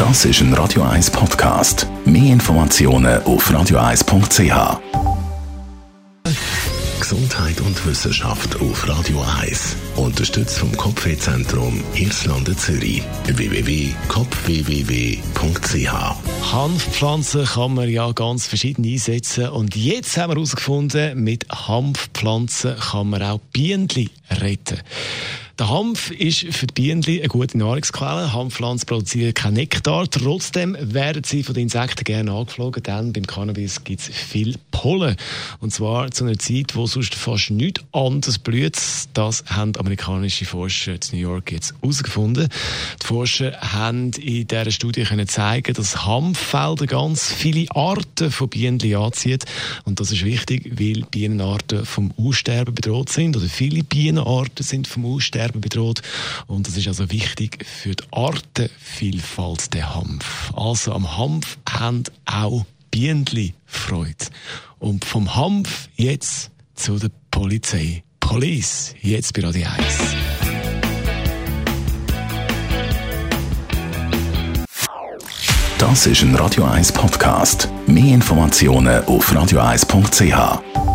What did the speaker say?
Das ist ein Radio 1 Podcast. Mehr Informationen auf radio1.ch. Gesundheit und Wissenschaft auf Radio 1. Unterstützt vom Kopfwehzentrum Irlande Zürich. www.kopfwww.ch. Hanfpflanzen kann man ja ganz verschieden einsetzen. Und jetzt haben wir herausgefunden, mit Hanfpflanzen kann man auch Bienen retten. Der Hanf ist für die Bienen eine gute Nahrungsquelle. Hanfpflanzen produzieren keinen Nektar. Trotzdem werden sie von den Insekten gerne angeflogen, denn beim Cannabis gibt es viel Pollen. Und zwar zu einer Zeit, wo sonst fast nichts anderes blüht. Das haben amerikanische Forscher in New York jetzt herausgefunden. Die Forscher haben in dieser Studie können zeigen, dass Hanffelder ganz viele Arten von Bienen anziehen. Und das ist wichtig, weil Bienenarten vom Aussterben bedroht sind. Oder viele Bienenarten sind vom Aussterben bedroht. Und das ist also wichtig für die Artenvielfalt, der Hanf. Also am Hanf haben auch Bienen Freude. Und vom Hanf jetzt zu der Polizei. Police, jetzt bei Radio 1. Das ist ein Radio 1 Podcast. Mehr Informationen auf radio1.ch.